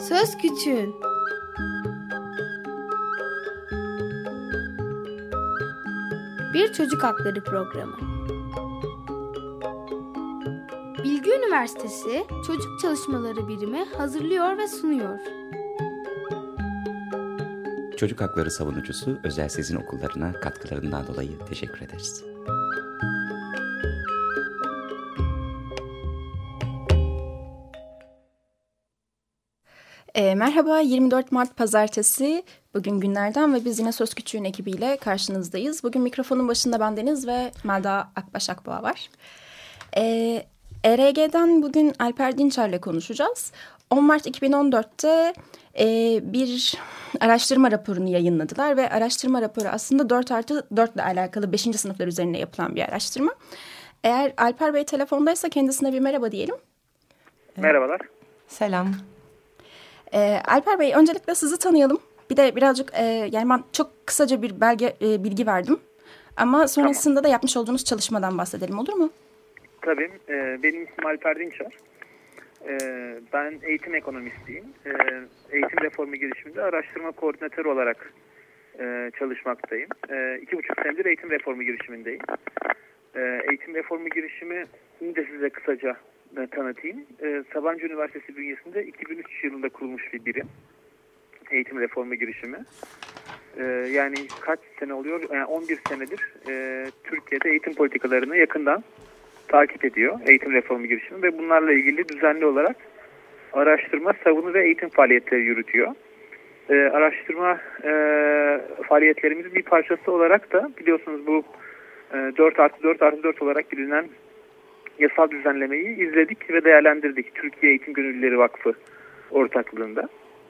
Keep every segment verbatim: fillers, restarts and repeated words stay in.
Söz Küçüğün. Bir çocuk hakları programı. Bilgi Üniversitesi Çocuk Çalışmaları Birimi hazırlıyor ve sunuyor. Çocuk hakları savunucusu Özel Sezin Okullarına katkılarından dolayı teşekkür ederiz. E, merhaba, yirmi dört Mart Pazartesi. Bugün günlerden ve biz yine Söz Küçüğün ekibiyle karşınızdayız. Bugün mikrofonun başında ben Deniz ve Melda Akbaş Akboğa var. E, E R G'den bugün Alper Dinçer'le konuşacağız. on Mart iki bin on dörtte e, bir araştırma raporunu yayınladılar ve araştırma raporu aslında dört artı dört ile alakalı beşinci sınıflar üzerine yapılan bir araştırma. Eğer Alper Bey telefondaysa kendisine bir merhaba diyelim. Merhabalar. Selam. Ee, Alper Bey, öncelikle sizi tanıyalım. Bir de birazcık e, yani ben çok kısaca bir belge e, bilgi verdim. Ama sonrasında tamam. da yapmış olduğunuz çalışmadan bahsedelim, olur mu? Tabii. E, benim ismim Alper Dinçer. E, ben eğitim ekonomistiyim. E, eğitim reformu girişiminde araştırma koordinatörü olarak e, çalışmaktayım. E, iki buçuk senedir eğitim reformu girişimindeyim. E, eğitim reformu girişimi de size kısaca tanıtayım. Ee, Sabancı Üniversitesi bünyesinde iki bin üç yılında kurulmuş bir birim. Eğitim reformu girişimi. Ee, yani kaç sene oluyor? Yani on bir senedir e, Türkiye'de eğitim politikalarını yakından takip ediyor. Eğitim reformu girişimi ve bunlarla ilgili düzenli olarak araştırma, savunu ve eğitim faaliyetleri yürütüyor. Ee, araştırma e, faaliyetlerimizin bir parçası olarak da biliyorsunuz bu e, dört artı dört artı dört olarak bilinen yasal düzenlemeyi izledik ve değerlendirdik. Türkiye Eğitim Gönüllüleri Vakfı ortaklığında.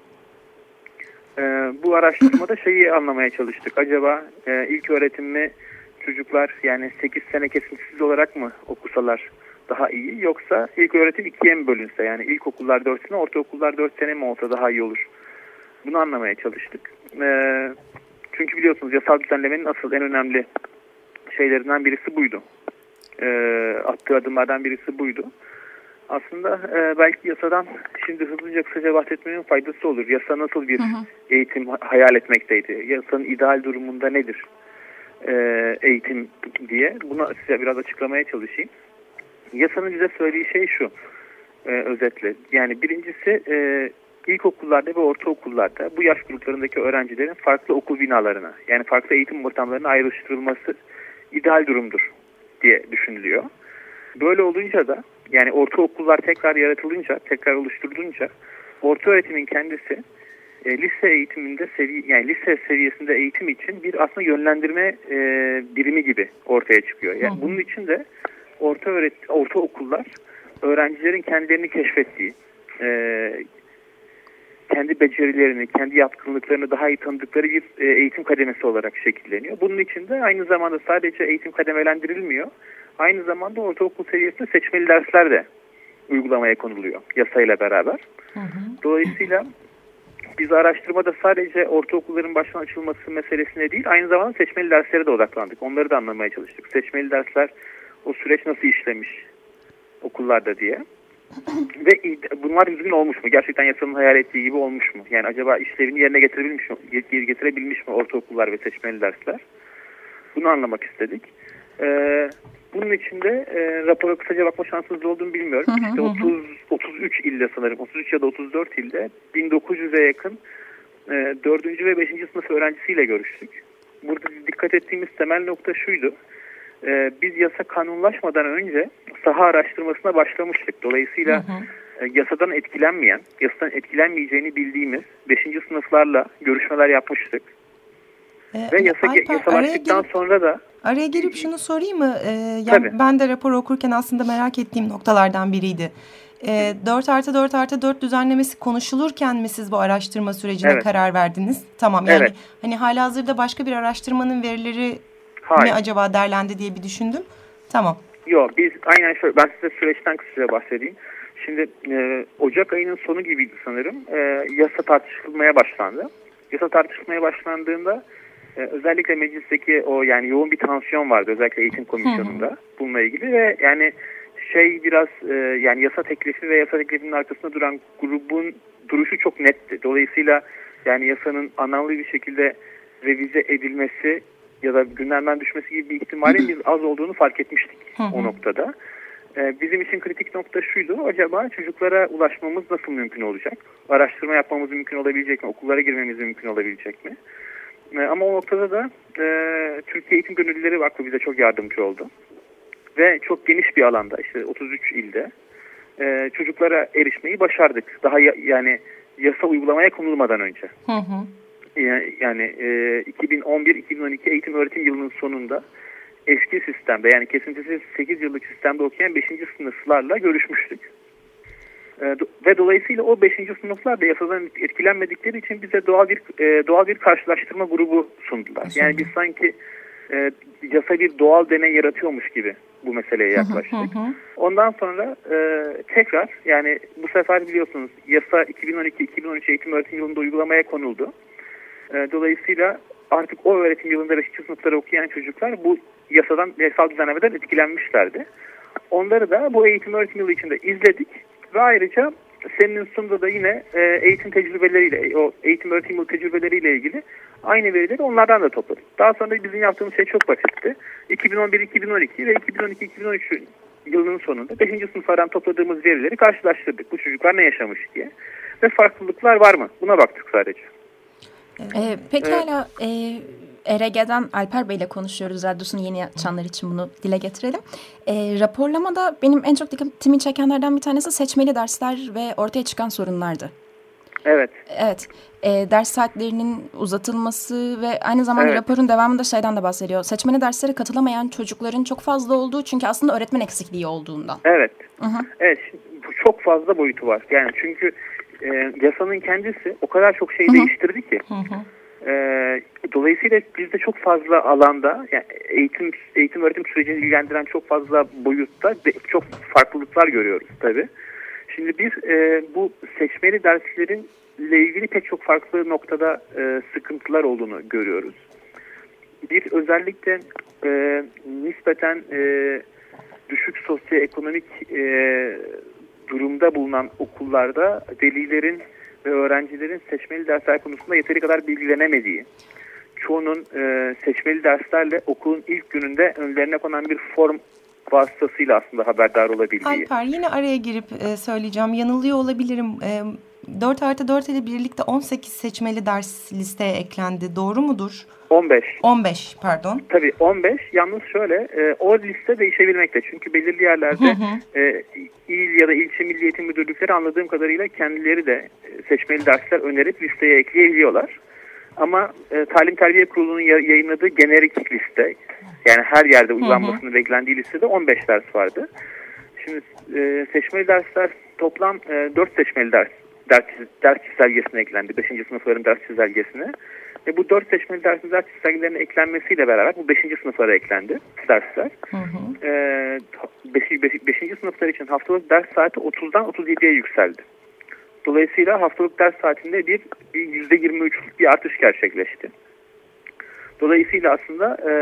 Ee, bu araştırmada şeyi anlamaya çalıştık. Acaba e, ilk öğretim mi çocuklar yani sekiz sene kesintisiz olarak mı okusalar daha iyi? Yoksa ilk öğretim ikiye mi bölünse? Yani ilkokullar dört sene, ortaokullar dört sene mi olsa daha iyi olur? Bunu anlamaya çalıştık. Ee, çünkü biliyorsunuz yasal düzenlemenin asıl en önemli şeylerinden birisi buydu. E, attığı adımlardan birisi buydu. Aslında e, belki yasadan şimdi hızlıca kısaca bahsetmenin faydası olur. Yasa nasıl bir hı hı. eğitim hayal etmekteydi? Yasanın ideal durumunda nedir e, eğitim diye. Bunu size biraz açıklamaya çalışayım. Yasanın bize söylediği şey şu e, özetle. Yani birincisi e, ilkokullarda ve ortaokullarda bu yaş gruplarındaki öğrencilerin farklı okul binalarına yani farklı eğitim ortamlarına ayrıştırılması ideal durumdur diye düşünülüyor. Böyle olunca da yani ortaokullar tekrar yaratılınca, tekrar oluşturulunca orta öğretimin kendisi e, lise eğitiminde sevi yani lise seviyesinde eğitim için bir aslında yönlendirme e, birimi gibi ortaya çıkıyor. Yani hı hı. bunun için de orta öğret ortaokullar öğrencilerin kendilerini keşfettiği, e, kendi becerilerini, kendi yatkınlıklarını daha iyi tanıdıkları bir e, eğitim kademesi olarak şekilleniyor. Bunun için de aynı zamanda sadece eğitim kademelendirilmiyor. Aynı zamanda ortaokul seviyesinde seçmeli dersler de uygulamaya konuluyor yasayla beraber. Hı hı. Dolayısıyla biz araştırmada sadece ortaokulların baştan açılması meselesine değil, aynı zamanda seçmeli derslere de odaklandık. Onları da anlamaya çalıştık. Seçmeli dersler, o süreç nasıl işlemiş okullarda diye. Ve bunlar düzgün olmuş mu? Gerçekten yasanın hayal ettiği gibi olmuş mu? Yani acaba işlevini yerine getirebilmiş mi? Getirebilmiş mi ortaokullar ve seçmeli dersler? Bunu anlamak istedik. Ee, bunun için de e, rapora kısaca bakma şansınız olduğunu bilmiyorum. Hı hı, işte otuz otuz üç ilde sanırım, otuz üç ya da otuz dört ilde bin dokuz yüze yakın e, dördüncü ve beşinci sınıf öğrencisiyle görüştük. Burada dikkat ettiğimiz temel nokta şuydu. Ee, biz yasa kanunlaşmadan önce saha araştırmasına başlamıştık. Dolayısıyla hı hı. E, yasadan etkilenmeyen, yasadan etkilenmeyeceğini bildiğimiz beşinci sınıflarla görüşmeler yapmıştık. Ee, Ve yasa, Alper, yasalaştıktan gelip, sonra da... Araya gelip şunu sorayım mı? Ee, yani ben de raporu okurken aslında merak ettiğim noktalardan biriydi. Ee, dört artı dört artı dört düzenlemesi konuşulurken mi siz bu araştırma sürecine evet. karar verdiniz? Tamam yani evet. hani halihazırda başka bir araştırmanın verileri... Hayır. mi acaba derlendi diye bir düşündüm. Tamam. Yok biz aynen şöyle ben size süreçten kısaca bahsedeyim. Şimdi e, Ocak ayının sonu gibiydi sanırım. E, yasa tartışılmaya başlandı. Yasa tartışılmaya başlandığında e, özellikle meclisteki o yani yoğun bir tansiyon vardı özellikle eğitim komisyonunda hı hı. bununla ilgili ve yani şey biraz e, yani yasa teklifi ve yasa teklifinin arkasında duran grubun duruşu çok netti. Dolayısıyla yani yasanın anlamlı bir şekilde revize edilmesi ya da gündemden düşmesi gibi bir ihtimalin biz az olduğunu fark etmiştik o noktada. E, bizim için kritik nokta şuydu: acaba çocuklara ulaşmamız nasıl mümkün olacak? Araştırma yapmamız mümkün olabilecek mi? Okullara girmemiz mümkün olabilecek mi? E, ama o noktada da e, Türkiye Eğitim Gönüllüleri Vakfı bize çok yardımcı oldu. Ve çok geniş bir alanda, işte otuz üç ilde e, çocuklara erişmeyi başardık. Daha ya, yani yasa uygulamaya konulmadan önce. Hı hı. Yani, yani e, iki bin on bir iki bin on iki eğitim öğretim yılının sonunda eski sistemde, yani kesintisiz sekiz yıllık sistemde okuyan beşinci sınıflarla görüşmüştük. E, do, ve dolayısıyla o beşinci sınıflar da yasadan etkilenmedikleri için bize doğal bir e, doğal bir karşılaştırma grubu sundular. Yani biz sanki e, yasa bir doğal deney yaratıyormuş gibi bu meseleye yaklaştık. Hı hı hı. Ondan sonra e, tekrar, yani bu sefer biliyorsunuz yasa iki bin on iki iki bin on üç eğitim öğretim yılında uygulamaya konuldu. E, dolayısıyla artık o öğretim yılında beşinci sınıfları okuyan çocuklar bu yasadan, yasal düzenlemeden etkilenmişlerdi. Onları da bu eğitim öğretim yılı içinde izledik ve ayrıca senin sunduğunda da yine e, eğitim tecrübeleriyle, o eğitim öğretim yılı tecrübeleriyle ilgili aynı verileri onlardan da topladık. Daha sonra bizim yaptığımız şey çok basitti. iki bin on bir iki bin on iki ve iki bin on iki iki bin on üç yılının sonunda beşinci sınıflardan topladığımız verileri karşılaştırdık. Bu çocuklar ne yaşamış diye. Ve farklılıklar var mı? Buna baktık sadece. Ee, pekala, e, E R G'den Alper Bey ile konuşuyoruz. Radyosunu yeni açanlar için bunu dile getirelim. E, raporlamada benim en çok dikkatimi çekenlerden bir tanesi seçmeli dersler ve ortaya çıkan sorunlardı. Evet. Evet. E, ders saatlerinin uzatılması ve aynı zamanda evet. raporun devamında şeyden de bahsediyor. Seçmeli derslere katılamayan çocukların çok fazla olduğu, çünkü aslında öğretmen eksikliği olduğundan. Evet. Hı-hı. Evet. Bu çok fazla boyutu var. Yani çünkü e, yasanın kendisi o kadar çok şey Hı-hı. değiştirdi ki. Hı-hı. E, dolayısıyla biz de çok fazla alanda, yani eğitim eğitim öğretim sürecini ilgilendiren çok fazla boyutta de, çok farklılıklar görüyoruz tabii. Şimdi biz e, bu seçmeli derslerin ile ilgili pek çok farklı noktada e, sıkıntılar olduğunu görüyoruz. Bir, özellikle e, nispeten e, düşük sosyoekonomik e, durumda bulunan okullarda velilerin ve öğrencilerin seçmeli dersler konusunda yeteri kadar bilgilenemediği, çoğunun e, seçmeli derslerle okulun ilk gününde önlerine konan bir form vasıtasıyla aslında haberdar olabildiği. Alper, yine araya girip e, söyleyeceğim, yanılıyor olabilirim. E, dört artı dört ile birlikte on sekiz seçmeli ders listeye eklendi. Doğru mudur? on beş. on beş pardon. Tabii on beş. Yalnız şöyle, e, o liste değişebilmekte. Çünkü belirli yerlerde hı hı. E, il ya da ilçe milli eğitim müdürlükleri anladığım kadarıyla kendileri de seçmeli dersler önerip listeye ekleyebiliyorlar. Ama e, Talim Terbiye Kurulu'nun yayınladığı generik liste, yani her yerde uygulanmasını beklendiği listede on beş ders vardı. Şimdi e, seçmeli dersler toplam e, dört seçmeli ders ders, ders çizelgesine eklendi. beşinci sınıfların ders çizelgesine. Ve bu dört seçmeli ders ders çizelgelerine eklenmesiyle beraber bu beşinci sınıflara eklendi dersler. Hı hı. E, beşinci, beş, beşinci sınıflar için haftalık ders saati otuzdan otuz yediye yükseldi. Dolayısıyla haftalık ders saatinde bir, bir yüzde yirmi üçlük bir artış gerçekleşti. Dolayısıyla aslında e,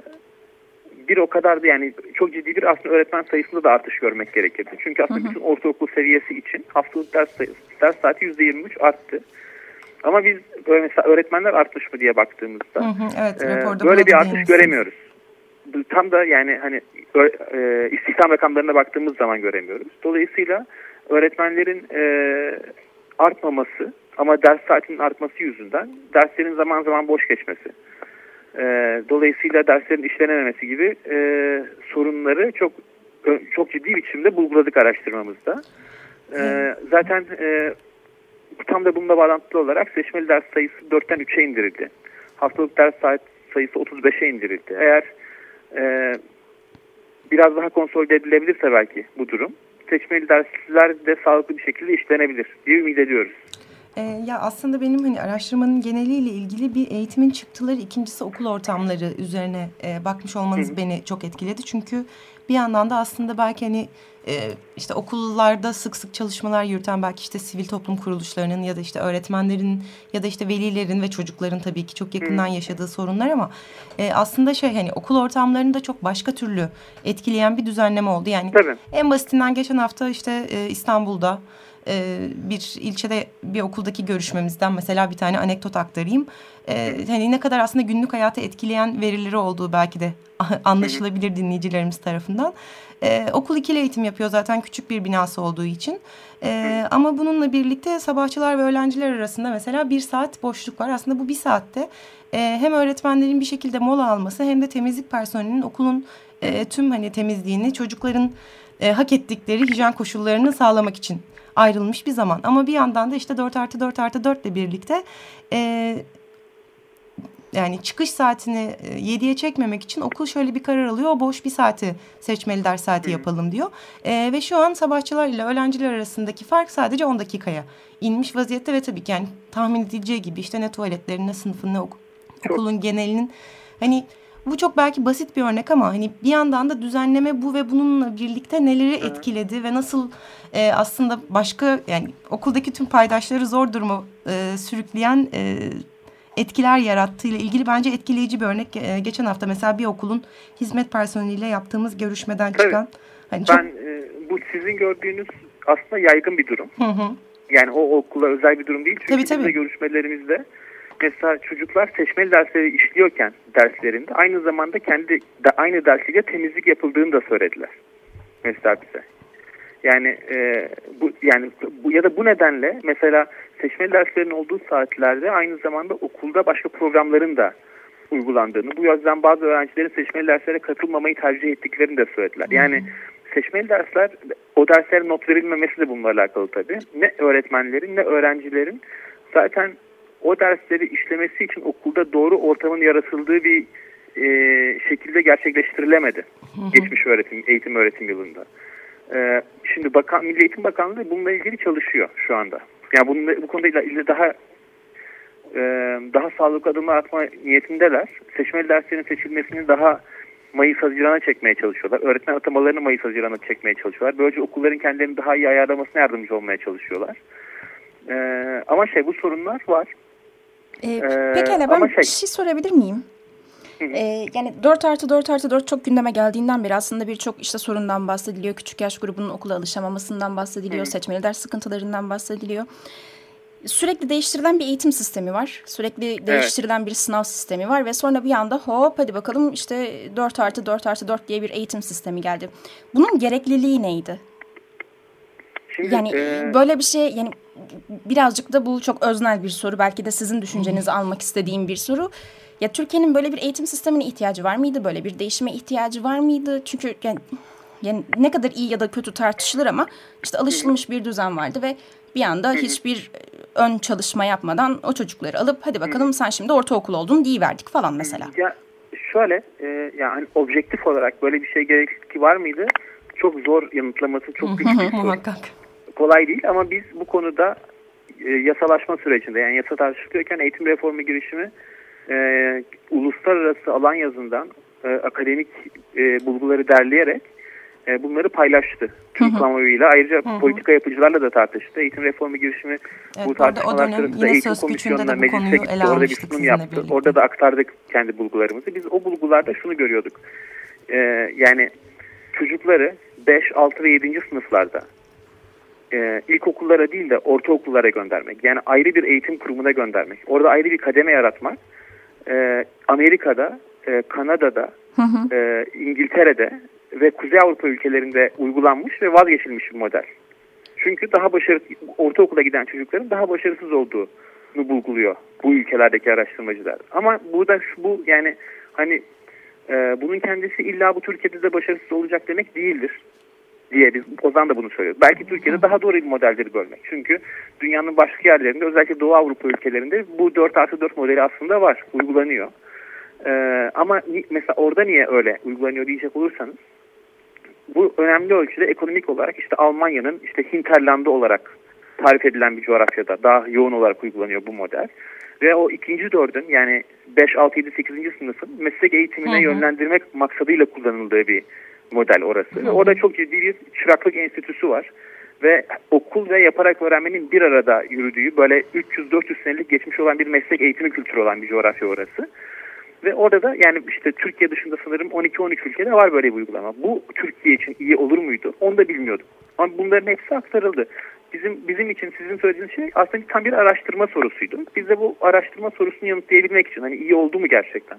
bir o kadar da, yani çok ciddi bir aslında öğretmen sayısında da artış görmek gerekirdi. Çünkü aslında hı hı. bütün ortaokul seviyesi için haftalık ders sayısı, ders saati yüzde yirmi üç arttı. Ama biz böyle mesela öğretmenler artmış mı diye baktığımızda hı hı, evet, e, böyle bir artış göremiyoruz. Tam da yani hani e, istihdam rakamlarına baktığımız zaman göremiyoruz. Dolayısıyla öğretmenlerin e, artmaması ama ders saatinin artması yüzünden derslerin zaman zaman boş geçmesi, e, dolayısıyla derslerin işlenememesi gibi e, sorunları çok çok ciddi biçimde bulguladık araştırmamızda. E, zaten e, tam da bununla bağlantılı olarak seçmeli ders sayısı dörtten üçe indirildi. Haftalık ders saat sayısı otuz beşe indirildi. Eğer e, biraz daha konsolide edilebilirse belki bu durum, seçmeli dersler de sağlıklı bir şekilde işlenebilir diye ümit ediyoruz. E, ya aslında benim hani araştırmanın geneliyle ilgili bir eğitimin çıktıları, ikincisi okul ortamları üzerine e, bakmış olmanız Hı. beni çok etkiledi. Çünkü bir yandan da aslında belki hani e, işte okullarda sık sık çalışmalar yürüten belki işte sivil toplum kuruluşlarının ya da işte öğretmenlerin ya da işte velilerin ve çocukların tabii ki çok yakından Hı. yaşadığı sorunlar ama e, aslında şey hani okul ortamlarını da çok başka türlü etkileyen bir düzenleme oldu. Yani Tabii. en basitinden geçen hafta işte e, İstanbul'da Ee, bir ilçede bir okuldaki görüşmemizden mesela bir tane anekdot aktarayım. Ee, hani ne kadar aslında günlük hayatı etkileyen verileri olduğu belki de anlaşılabilir dinleyicilerimiz tarafından. Ee, okul ikili eğitim yapıyor zaten küçük bir binası olduğu için. Ee, ama bununla birlikte sabahçılar ve öğrenciler arasında mesela bir saat boşluk var. Aslında bu bir saatte e, hem öğretmenlerin bir şekilde mola alması hem de temizlik personelinin okulun e, tüm hani temizliğini, çocukların e, hak ettikleri hijyen koşullarını sağlamak için ayrılmış bir zaman. Ama bir yandan da işte dört artı dört artı dört ile birlikte e, yani çıkış saatini yediye çekmemek için okul şöyle bir karar alıyor. O boş bir saati seçmeli ders saati yapalım diyor. E, ve şu an sabahçılar ile öğrenciler arasındaki fark sadece on dakikaya inmiş vaziyette ve tabii ki yani tahmin edileceği gibi işte ne tuvaletlerin ne sınıfın ne ok- okulun genelinin hani bu çok belki basit bir örnek ama hani bir yandan da düzenleme bu ve bununla birlikte neleri etkiledi ve nasıl e, aslında başka yani okuldaki tüm paydaşları zor duruma e, sürükleyen e, etkiler yarattığıyla ilgili bence etkileyici bir örnek. E, geçen hafta mesela bir okulun hizmet personeliyle yaptığımız görüşmeden Tabii. çıkan. Hani ben çok... e, bu sizin gördüğünüz aslında yaygın bir durum. Hı hı. Yani o okula özel bir durum değil çünkü tabii, tabii. görüşmelerimizde mesela çocuklar seçmeli dersleri işliyorken derslerinde aynı zamanda kendi de aynı dersiyle temizlik yapıldığını da söylediler. Mesela bize. Yani e, bu yani bu ya da bu nedenle mesela seçmeli derslerin olduğu saatlerde aynı zamanda okulda başka programların da uygulandığını, bu yüzden bazı öğrencilerin seçmeli derslere katılmamayı tercih ettiklerini de söylediler. Yani seçmeli dersler, o derslere not verilmemesi de bununla alakalı tabii. Ne öğretmenlerin ne öğrencilerin zaten o dersleri işlemesi için okulda doğru ortamın yaratıldığı bir e, şekilde gerçekleştirilemedi. Hı hı. Geçmiş öğretim, eğitim öğretim yılında. E, şimdi Bakan, Milli Eğitim Bakanlığı bununla ilgili çalışıyor şu anda. Yani bununla, bu konuda ilgili daha e, daha sağlıklı adımlar atma niyetindeler. Seçmeli derslerin seçilmesini daha Mayıs-Haziran'a çekmeye çalışıyorlar. Öğretmen atamalarını Mayıs-Haziran'a çekmeye çalışıyorlar. Böylece okulların kendilerini daha iyi ayarlamasına yardımcı olmaya çalışıyorlar. E, ama şey bu sorunlar var. Ee, pekala ben şey, bir şey sorabilir miyim? Ee, yani dört artı dört artı dört çok gündeme geldiğinden beri aslında birçok işte sorundan bahsediliyor. Küçük yaş grubunun okula alışamamasından bahsediliyor. Hı. Seçmeli ders sıkıntılarından bahsediliyor. Sürekli değiştirilen bir eğitim sistemi var. Sürekli evet. değiştirilen bir sınav sistemi var. Ve sonra bir anda hop hadi bakalım işte dört artı dört artı dört diye bir eğitim sistemi geldi. Bunun gerekliliği neydi? Şimdi, yani e... böyle bir şey yani birazcık da bu çok öznel bir soru. Belki de sizin düşüncenizi hmm. almak istediğim bir soru. Ya Türkiye'nin böyle bir eğitim sistemine ihtiyacı var mıydı? Böyle bir değişime ihtiyacı var mıydı? Çünkü yani, yani ne kadar iyi ya da kötü tartışılır ama işte alışılmış bir düzen vardı ve bir anda hiçbir ön çalışma yapmadan o çocukları alıp hadi bakalım sen şimdi ortaokul oldun diyiverdik falan mesela. Ya şöyle e, yani objektif olarak böyle bir şey gerekli var mıydı? Çok zor yanıtlaması, çok güç bir soru. Muhakkak. Kolay değil ama biz bu konuda e, yasalaşma sürecinde yani yasa tartışılıyorken eğitim reformu girişimi e, uluslararası alan yazından e, akademik e, bulguları derleyerek e, bunları paylaştı. Tüm kamuoyuyla ayrıca hı hı. politika yapıcılarla da tartıştı. Eğitim reformu girişimi evet, bu tartışmalar sırasında eğitim komisyonuna meclise gitti. Orada bir sunum yaptı. Birlikte. Orada da aktardık kendi bulgularımızı. Biz o bulgularda şunu görüyorduk. E, yani çocukları beş, altı ve yedinci sınıflarda e, ilkokullara değil de ortaokullara göndermek. Yani ayrı bir eğitim kurumuna göndermek. Orada ayrı bir kademe yaratmak. E, Amerika'da, e, Kanada'da, hı hı. E, İngiltere'de ve Kuzey Avrupa ülkelerinde uygulanmış ve vazgeçilmiş bir model. Çünkü daha başarısız, ortaokula giden çocukların daha başarısız olduğunu bulguluyor bu ülkelerdeki araştırmacılar. Ama burada bu yani hani e, bunun kendisi illa bu Türkiye'de de başarısız olacak demek değildir diye biz Ozan da bunu söylüyor. Belki Türkiye'de daha doğru bir modelleri bölmek. Çünkü dünyanın başka yerlerinde özellikle Doğu Avrupa ülkelerinde bu dört artı dört modeli aslında var, uygulanıyor. Ee, ama mesela orada niye öyle uygulanıyor diyecek olursanız bu önemli ölçüde ekonomik olarak işte Almanya'nın işte hinterlandı olarak tarif edilen bir coğrafyada daha yoğun olarak uygulanıyor bu model. Ve o ikinci dördün yani beş, altı, yedi, sekizinci sınıfın meslek eğitimine hı hı. yönlendirmek maksadıyla kullanıldığı bir model orası. Hı hı. Orada çok ciddi bir çıraklık enstitüsü var. Ve okul ve yaparak öğrenmenin bir arada yürüdüğü böyle üç yüz dört yüz senelik geçmiş olan bir meslek eğitimi kültürü olan bir coğrafya orası. Ve orada da yani işte Türkiye dışında sanırım on iki on üç ülkede var böyle bir uygulama. Bu Türkiye için iyi olur muydu? Onu da bilmiyordum. Ama bunların hepsi aktarıldı. Bizim bizim için sizin söylediğiniz şey aslında tam bir araştırma sorusuydu. Biz de bu araştırma sorusunu yanıtlayabilmek için hani iyi oldu mu gerçekten?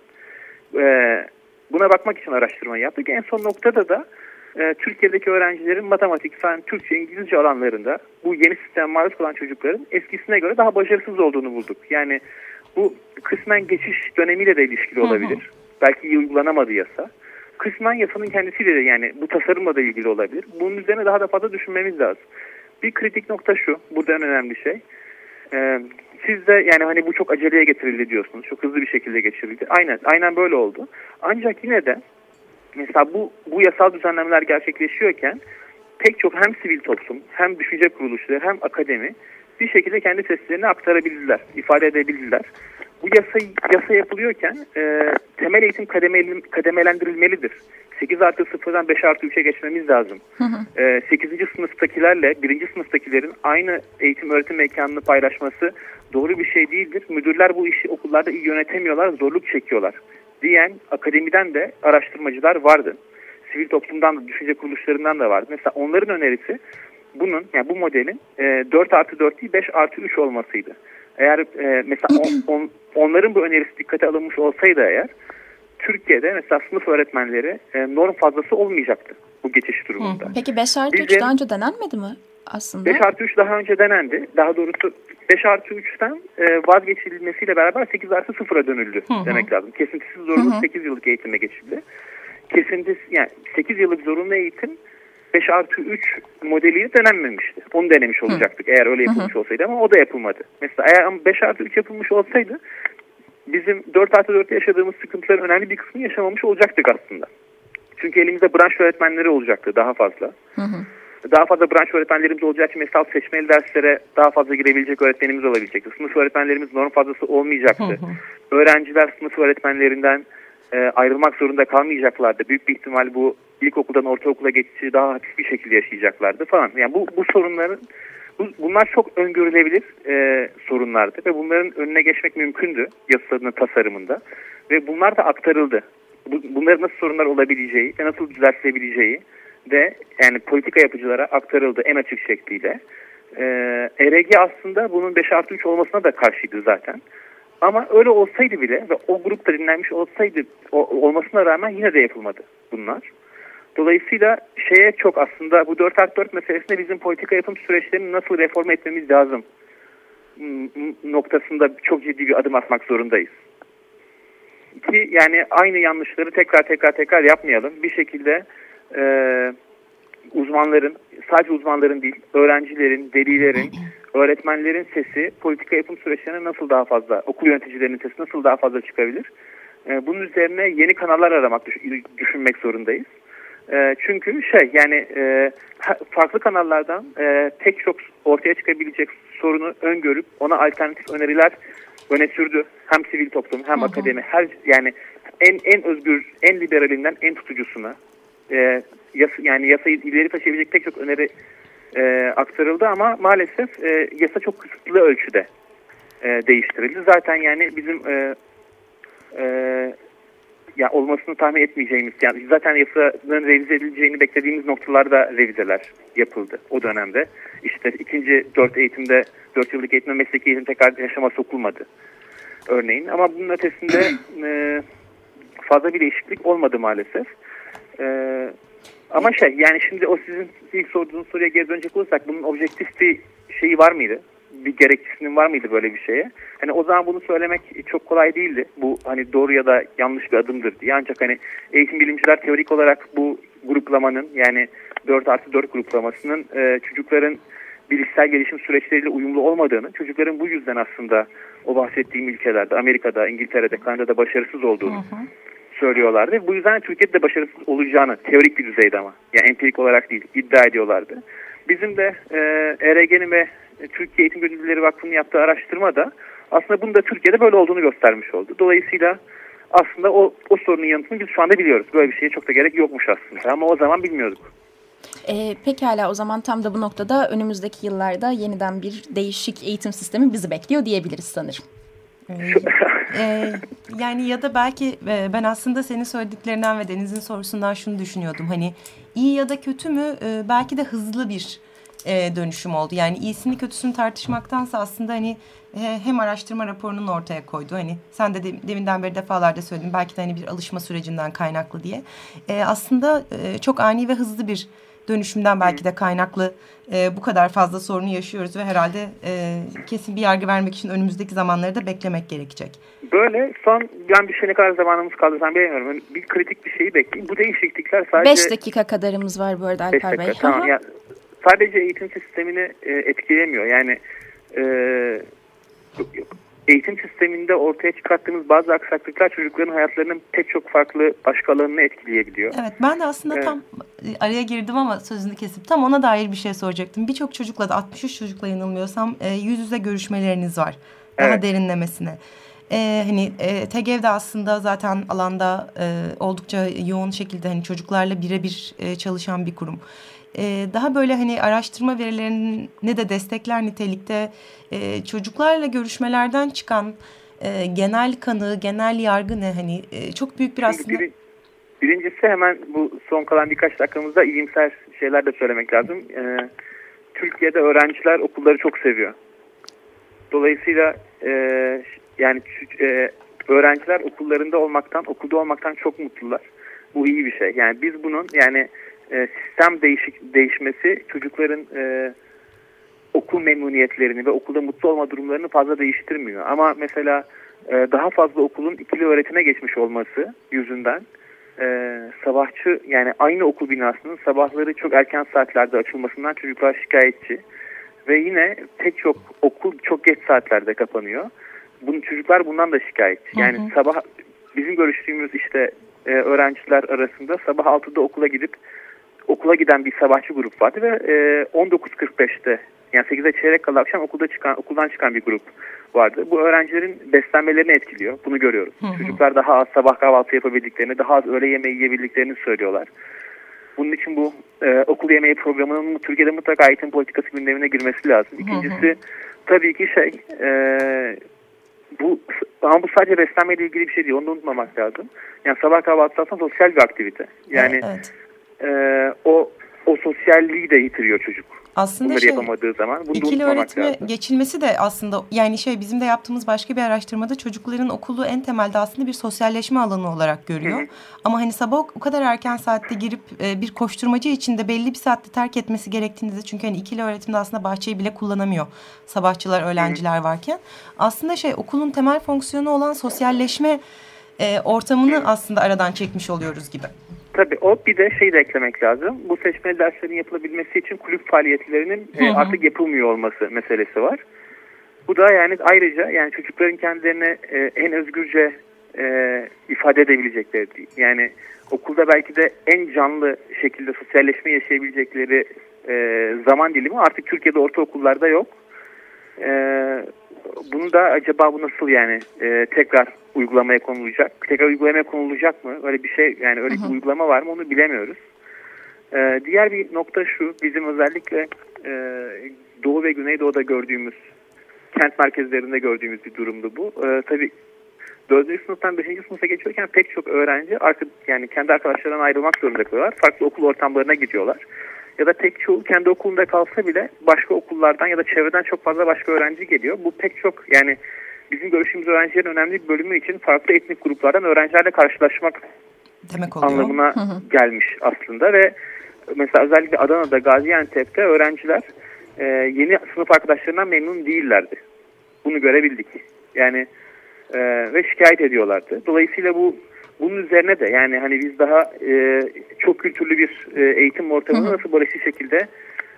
Ee, buna bakmak için araştırma yaptık. En son noktada da e, Türkiye'deki öğrencilerin matematik, fen, Türkçe, İngilizce alanlarında bu yeni sisteme maruz kalan çocukların eskisine göre daha başarısız olduğunu bulduk. Yani bu kısmen geçiş dönemiyle de ilişkili olabilir. Hı hı. Belki iyi uygulanamadı yasa. Kısmen yasanın kendisiyle de yani bu tasarımla da ilgili olabilir. Bunun üzerine daha da fazla düşünmemiz lazım. Bir kritik nokta şu, burada en önemli şey. Ee, siz de yani hani bu çok aceleye getirildi diyorsunuz. Çok hızlı bir şekilde geçirildi. Aynen, aynen böyle oldu. Ancak yine de mesela bu, bu yasal düzenlemeler gerçekleşiyorken pek çok hem sivil toplum, hem düşünce kuruluşları, hem akademi bir şekilde kendi seslerini aktarabildiler, ifade edebildiler. Bu yasa, yasa yapılıyorken e, temel eğitim kademeli, kademelendirilmelidir. sekiz artı sıfırdan beş artı üçe geçmemiz lazım. Hı hı. E, sekizinci sınıftakilerle birinci sınıftakilerin aynı eğitim öğretim mekanını paylaşması doğru bir şey değildir. Müdürler bu işi okullarda iyi yönetemiyorlar, zorluk çekiyorlar diyen akademiden de araştırmacılar vardı. Sivil toplumdan da, düşünce kuruluşlarından da vardı. Mesela onların önerisi bunun, yani bu modelin e, dört artı dört değil beş artı üç olmasıydı. Eğer e, mesela on, on, onların bu önerisi dikkate alınmış olsaydı eğer Türkiye'de mesela sınıf öğretmenleri e, norm fazlası olmayacaktı bu geçiş durumunda. Peki beş artı üç daha önce denenmedi mi aslında? beş artı üç daha önce denendi. Daha doğrusu beş artı üçten e, vazgeçilmesiyle beraber sekiz artı sıfıra dönüldü hı hı. demek lazım. Kesintisiz zorunlu hı hı. sekiz yıllık eğitime geçildi. Kesintisiz yani sekiz yıllık zorunlu eğitim beş artı üç modeliyle denenmemişti. Onu denemiş olacaktık Hı. eğer öyle yapılmış Hı. olsaydı ama o da yapılmadı. Mesela eğer beş artı üç yapılmış olsaydı bizim dört artı dörtte yaşadığımız sıkıntıların önemli bir kısmını yaşamamış olacaktık aslında. Çünkü elimizde branş öğretmenleri olacaktı daha fazla. Hı hı. Daha fazla branş öğretmenlerimiz olacağı için mesela seçmeli derslere daha fazla girebilecek öğretmenimiz olabilecekti. Sınıf öğretmenlerimiz norm fazlası olmayacaktı. Hı hı. Öğrenciler sınıf öğretmenlerinden e, ayrılmak zorunda kalmayacaklardı. Büyük bir ihtimal bu ilkokuldan ortaokula geçişi daha hafif bir şekilde yaşayacaklardı falan. Yani bu, bu sorunların bu, bunlar çok öngörülebilir e, sorunlardı ve bunların önüne geçmek mümkündü yasanın tasarımında ve bunlar da aktarıldı. Bu, bunların nasıl sorunlar olabileceği ve nasıl düzeltilebileceği de yani politika yapıcılara aktarıldı en açık şekliyle. E, E R G aslında bunun beş artı üç olmasına da karşıydı zaten. Ama öyle olsaydı bile ve o grupta dinlenmiş olsaydı o, olmasına rağmen yine de yapılmadı bunlar. Dolayısıyla şeye çok aslında bu dört artı dört meselesinde bizim politika yapım süreçlerini nasıl reform etmemiz lazım noktasında çok ciddi bir adım atmak zorundayız. Ki yani aynı yanlışları tekrar tekrar tekrar yapmayalım. Bir şekilde e, uzmanların, sadece uzmanların değil, öğrencilerin, velilerin, öğretmenlerin sesi politika yapım süreçlerine nasıl daha fazla, okul yöneticilerinin sesi nasıl daha fazla çıkabilir? E, bunun üzerine yeni kanallar aramak, düşünmek zorundayız. E, çünkü şey yani e, farklı kanallardan e, tek çok ortaya çıkabilecek sorunu öngörüp ona alternatif öneriler öne sürdü. Hem sivil toplum hem hı hı. akademi her yani en en özgür, en liberalinden en tutucusuna e, yasa, yani yasayı ileri taşıyabilecek tek çok öneri e, aktarıldı ama maalesef e, yasa çok kısıtlı ölçüde e, değiştirildi. Zaten yani bizim e, e, ya olmasını tahmin etmeyeceğimiz yani zaten yasanın revize edileceğini beklediğimiz noktalarda revizeler yapıldı o dönemde. İşte ikinci dört eğitimde dört yıllık eğitimde mesleki eğitim tekrar yaşama sokulmadı örneğin. Ama bunun ötesinde e, fazla bir değişiklik olmadı maalesef. E, ama şey yani şimdi o sizin ilk sorduğunuz soruya geri dönecek olursak bunun objektif bir şeyi var mıydı? Bir gerekçesinin var mıydı böyle bir şeye? Hani o zaman bunu söylemek çok kolay değildi. Bu hani doğru ya da yanlış bir adımdır diye. Ancak hani eğitim bilimciler teorik olarak bu gruplamanın yani dört artı dört gruplamasının e, çocukların bilişsel gelişim süreçleriyle uyumlu olmadığını, çocukların bu yüzden aslında o bahsettiğim ülkelerde, Amerika'da, İngiltere'de, Kanada'da başarısız olduğunu hı hı. söylüyorlardı. Bu yüzden Türkiye'de de başarısız olacağını, teorik bir düzeyde ama, yani empirik olarak değil, iddia ediyorlardı. Bizim de e, E R G'nin ve Türkiye Eğitim Gönüllüleri Vakfı'nın yaptığı araştırma da aslında bunun da Türkiye'de böyle olduğunu göstermiş oldu. Dolayısıyla aslında o, o sorunun yanıtını biz şu anda biliyoruz. Böyle bir şeye çok da gerek yokmuş aslında ama o zaman bilmiyorduk. E, pekala, o zaman tam da bu noktada önümüzdeki yıllarda yeniden bir değişik eğitim sistemi bizi bekliyor diyebiliriz sanırım. ee, yani ya da belki e, ben aslında senin söylediklerinden ve Deniz'in sorusundan şunu düşünüyordum. Hani iyi ya da kötü mü e, belki de hızlı bir e, dönüşüm oldu. Yani iyisini kötüsünü tartışmaktansa aslında hani e, hem araştırma raporunun ortaya koydu. Hani sen de, de deminden beri defalarda söyledin belki de hani bir alışma sürecinden kaynaklı diye. E, aslında e, çok ani ve hızlı bir dönüşümden belki de kaynaklı e, bu kadar fazla sorunu yaşıyoruz ve herhalde e, kesin bir yargı vermek için önümüzdeki zamanları da beklemek gerekecek. Böyle son ben bir şey ne kadar zamanımız kaldı ben bilmiyorum. Bir kritik bir şeyi bekleyin. Bu değişiklikler sadece... Beş dakika kadarımız var bu arada Alper Bey. Tamam, ya, sadece eğitim sistemini e, etkilemiyor. Yani e, eğitim sisteminde ortaya çıkarttığımız bazı aksaklıklar çocukların hayatlarının pek çok farklı başka alanını etkileyebiliyor. Evet, ben de aslında evet. tam araya girdim ama sözünü kesip tam ona dair bir şey soracaktım. Birçok çocukla da altmış üç çocukla yanılmıyorsam e, yüz yüze görüşmeleriniz var. Daha evet. derinlemesine. Ee, hani e, TEGEV de aslında zaten alanda e, oldukça yoğun şekilde hani çocuklarla birebir e, çalışan bir kurum. Ee, daha böyle hani araştırma verilerini de destekler nitelikte e, çocuklarla görüşmelerden çıkan e, genel kanı, genel yargı ne hani e, çok büyük bir aslında. Bir, birincisi hemen bu son kalan birkaç dakikamızda iyimser şeyler de söylemek lazım. Ee, Türkiye'de öğrenciler okulları çok seviyor. Dolayısıyla e, yani e, öğrenciler okullarında olmaktan, okulda olmaktan çok mutlular. Bu iyi bir şey. Yani biz bunun yani e, sistem değişik değişmesi çocukların e, okul memnuniyetlerini ve okulda mutlu olma durumlarını fazla değiştirmiyor. Ama mesela e, daha fazla okulun ikili öğretime geçmiş olması yüzünden e, sabahçı yani aynı okul binasının sabahları çok erken saatlerde açılmasından çocuklar şikayetçi. Ve yine pek çok okul çok geç saatlerde kapanıyor. Bunun, çocuklar bundan da şikayetçi. Yani hı hı. sabah bizim görüştüğümüz işte e, öğrenciler arasında sabah altıda okula gidip okula giden bir sabahçı grup vardı ve e, on dokuz kırk beşte yani sekize çeyrek kala akşam okulda çıkan okuldan çıkan bir grup vardı. Bu öğrencilerin beslenmelerini etkiliyor. Bunu görüyoruz. Hı hı. Çocuklar daha az sabah kahvaltı yapabildiklerini, daha az öğle yemeği yiyebildiklerini söylüyorlar. Bunun için bu e, okul yemeği programının Türkiye'de mutlaka eğitim politikası gündemine girmesi lazım. İkincisi hı hı. tabii ki şey e, bu ama bu sadece beslenmeyle ilgili bir şey değil. Onu unutmamak lazım. Yani sabah kahvaltısı aslında sosyal bir aktivite. Yani evet. e, o o sosyalliği de yitiriyor çocuk. Aslında bunları şey, yapamadığı zaman bunu ikili öğretime lazım. Geçilmesi de aslında yani şey bizim de yaptığımız başka bir araştırmada çocukların okulu en temelde aslında bir sosyalleşme alanı olarak görüyor. Hı hı. Ama hani sabah o kadar erken saatte girip e, bir koşturmacı içinde belli bir saatte terk etmesi gerektiğinde çünkü hani ikili öğretimde aslında bahçeyi bile kullanamıyor sabahçılar, öğrenciler hı hı. varken. Aslında şey okulun temel fonksiyonu olan sosyalleşme e, ortamını hı. aslında aradan çekmiş oluyoruz gibi. Tabii o bir de şey de eklemek lazım. Bu seçmeli derslerin yapılabilmesi için kulüp faaliyetlerinin hı hı. E, artık yapılmıyor olması meselesi var. Bu da yani ayrıca yani çocukların kendilerine e, en özgürce e, ifade edebilecekleri değil. Yani okulda belki de en canlı şekilde sosyalleşme yaşayabilecekleri e, zaman dilimi artık Türkiye'de ortaokullarda yok. E, bunu da acaba bu nasıl yani e, tekrar uygulamaya konulacak? Tekrar uygulamaya konulacak mı? Öyle bir şey yani öyle bir uygulama var mı onu bilemiyoruz. Ee, diğer bir nokta şu bizim özellikle e, Doğu ve Güneydoğu'da gördüğümüz kent merkezlerinde gördüğümüz bir durumdu bu. Ee, tabii dördüncü sınıftan beşinci sınıfa geçiyorken pek çok öğrenci artık yani kendi arkadaşlarından ayrılmak zorunda kalıyorlar. Farklı okul ortamlarına gidiyorlar. Ya da pek çoğu kendi okulunda kalsa bile başka okullardan ya da çevreden çok fazla başka öğrenci geliyor. Bu pek çok yani bizim görüştüğümüz öğrencilerin önemli bir bölümü için farklı etnik gruplardan öğrencilerle karşılaşmak demek anlamına hı hı. gelmiş aslında ve mesela özellikle Adana'da, Gaziantep'te öğrenciler e, yeni sınıf arkadaşlarından memnun değillerdi. Bunu görebildik. Yani e, ve şikayet ediyorlardı. Dolayısıyla bu bunun üzerine de yani hani biz daha e, çok kültürlü bir e, eğitim ortamını hı hı. nasıl barışçı şekilde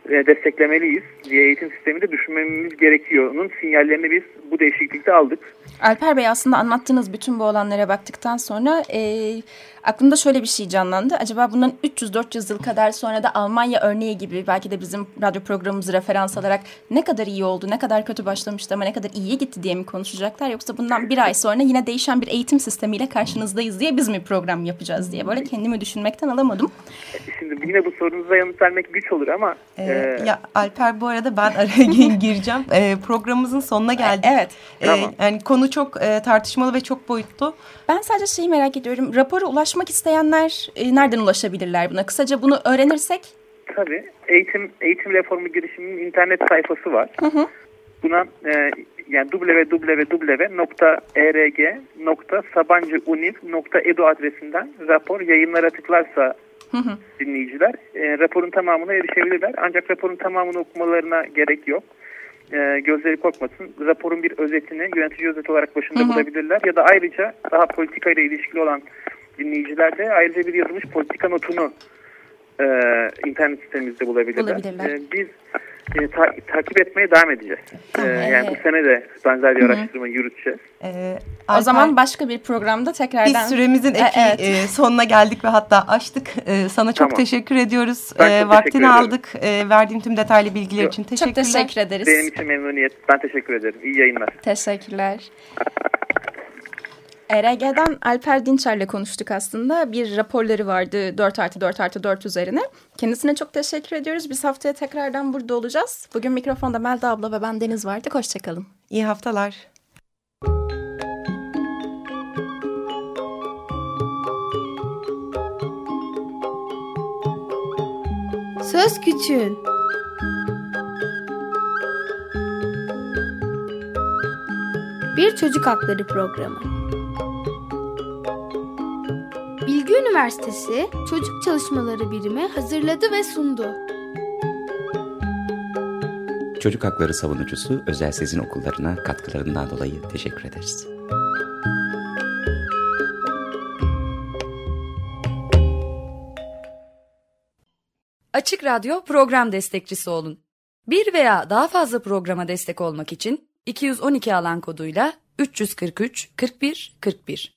e, desteklemeliyiz diye eğitim sisteminde düşünmemiz gerekiyor. Onun sinyallerini biz bu değişiklikte aldık. Alper Bey, aslında anlattığınız bütün bu olanlara baktıktan sonra e, aklımda şöyle bir şey canlandı. Acaba bundan üç yüz dört yüz yıl kadar sonra da Almanya örneği gibi belki de bizim radyo programımızı referans alarak ne kadar iyi oldu, ne kadar kötü başlamıştı ama ne kadar iyiye gitti diye mi konuşacaklar? Yoksa bundan bir ay sonra yine değişen bir eğitim sistemiyle karşınızdayız diye biz mi program yapacağız diye böyle kendimi düşünmekten alamadım. Şimdi yine bu sorunuza yanıt vermek güç olur ama... Ee, e... Ya Alper, bu arada ben araya gireceğim. Ee, programımızın sonuna geldik. Evet. Ee, Tamam. Yani konu çok e, tartışmalı ve çok boyutlu. Ben sadece şeyi merak ediyorum. Rapora ulaşmak isteyenler e, nereden ulaşabilirler buna? Kısaca bunu öğrenirsek. Tabii. Eğitim eğitim reformu girişiminin internet sayfası var. Hı hı. Buna e, yani double-u double-u double-u nokta e r g nokta sabancıuniv nokta e d u adresinden rapor yayınlara tıklarsa Hı hı. dinleyiciler e, raporun tamamına erişebilirler. Ancak raporun tamamını okumalarına gerek yok. E, gözleri korkmasın. Raporun bir özetini yönetici özet olarak başında hı hı. bulabilirler. Ya da ayrıca daha politika ile ilişkili olan dinleyiciler de ayrıca bir yazılmış politika notunu e, internet sitemizde bulabilirler. Bulabilirler. E, biz e, ta- takip etmeye devam edeceğiz. E, yani bu sene de benzer bir araştırma yürüteceğiz. Ee, O Alper, zaman başka bir programda tekrardan... biz süremizin E, eki, evet. e, sonuna geldik ve hatta açtık. E, sana çok Tamam. teşekkür ediyoruz. Ben çok E, teşekkür vaktini ederim. aldık. E, verdiğin tüm detaylı bilgiler Yok. için Çok teşekkürler. teşekkür ederiz. Benim için memnuniyet. Ben teşekkür ederim. İyi yayınlar. Teşekkürler. E R G'den Alper Dinçer'le konuştuk aslında. Bir raporları vardı dört artı dört artı dört üzerine. Kendisine çok teşekkür ediyoruz. Biz haftaya tekrardan burada olacağız. Bugün mikrofonda Melda abla ve ben Deniz vardık. Hoşçakalın. İyi haftalar. Söz Küçüğün. Bir çocuk hakları programı. Bilgi Üniversitesi Çocuk Çalışmaları Birimi hazırladı ve sundu. Çocuk hakları savunucusu Özel Sezin Okullarına katkılarından dolayı teşekkür ederiz. Açık Radyo program destekçisi olun. Bir veya daha fazla programa destek olmak için iki yüz on iki alan koduyla üç yüz kırk üç kırk bir kırk bir